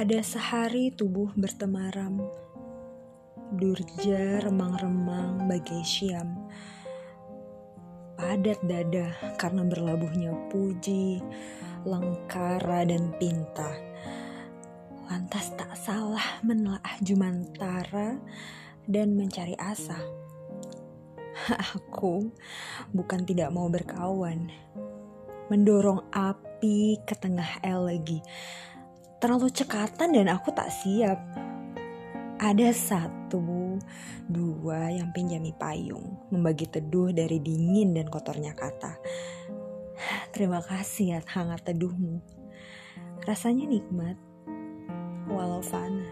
Ada sehari tubuh bertemaram, durja remang-remang bagai syam. Padat dada karena berlabuhnya puji, lengkara dan pinta. Lantas tak salah menelaah jumantara dan mencari asa. Aku bukan tidak mau berkawan, mendorong api ke tengah elegi. Terlalu cekatan dan aku tak siap. Ada 1, 2 yang pinjami payung, membagi teduh dari dingin dan kotornya kata. Terima kasih ya hangat teduhmu. Rasanya nikmat, walau fana.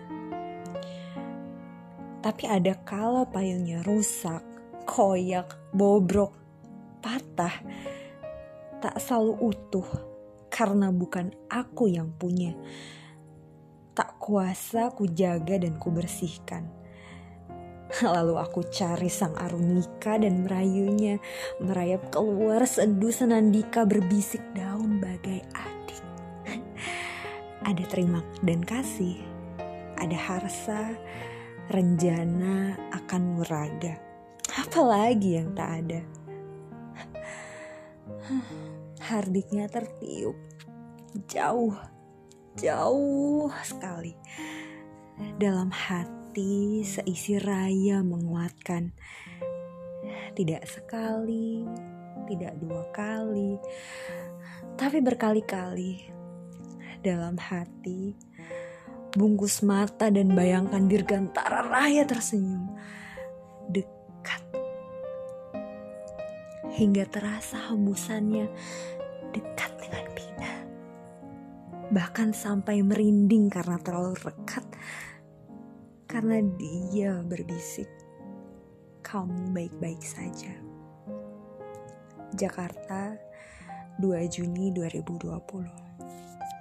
Tapi ada kala payungnya rusak, koyak, bobrok, patah. Tak selalu utuh, karena bukan aku yang punya. Tak kuasa ku jaga dan ku bersihkan. Lalu aku cari sang arunika dan merayunya, merayap keluar sendu senandika berbisik daun bagai adik. Ada terima dan kasih, ada harsa, renjana akan muraga. Apalagi yang tak ada. Hardiknya tertiup jauh sekali. Dalam hati seisi raya menguatkan. Tidak sekali, tidak 2 kali, tapi berkali-kali. Dalam hati bungkus mata dan bayangkan dirgantara raya tersenyum. Dekat. Hingga terasa hembusannya dekat dengan Pina. Bahkan sampai merinding karena terlalu dekat. Karena dia berbisik, kamu baik-baik saja. Jakarta, 2 Juni 2020.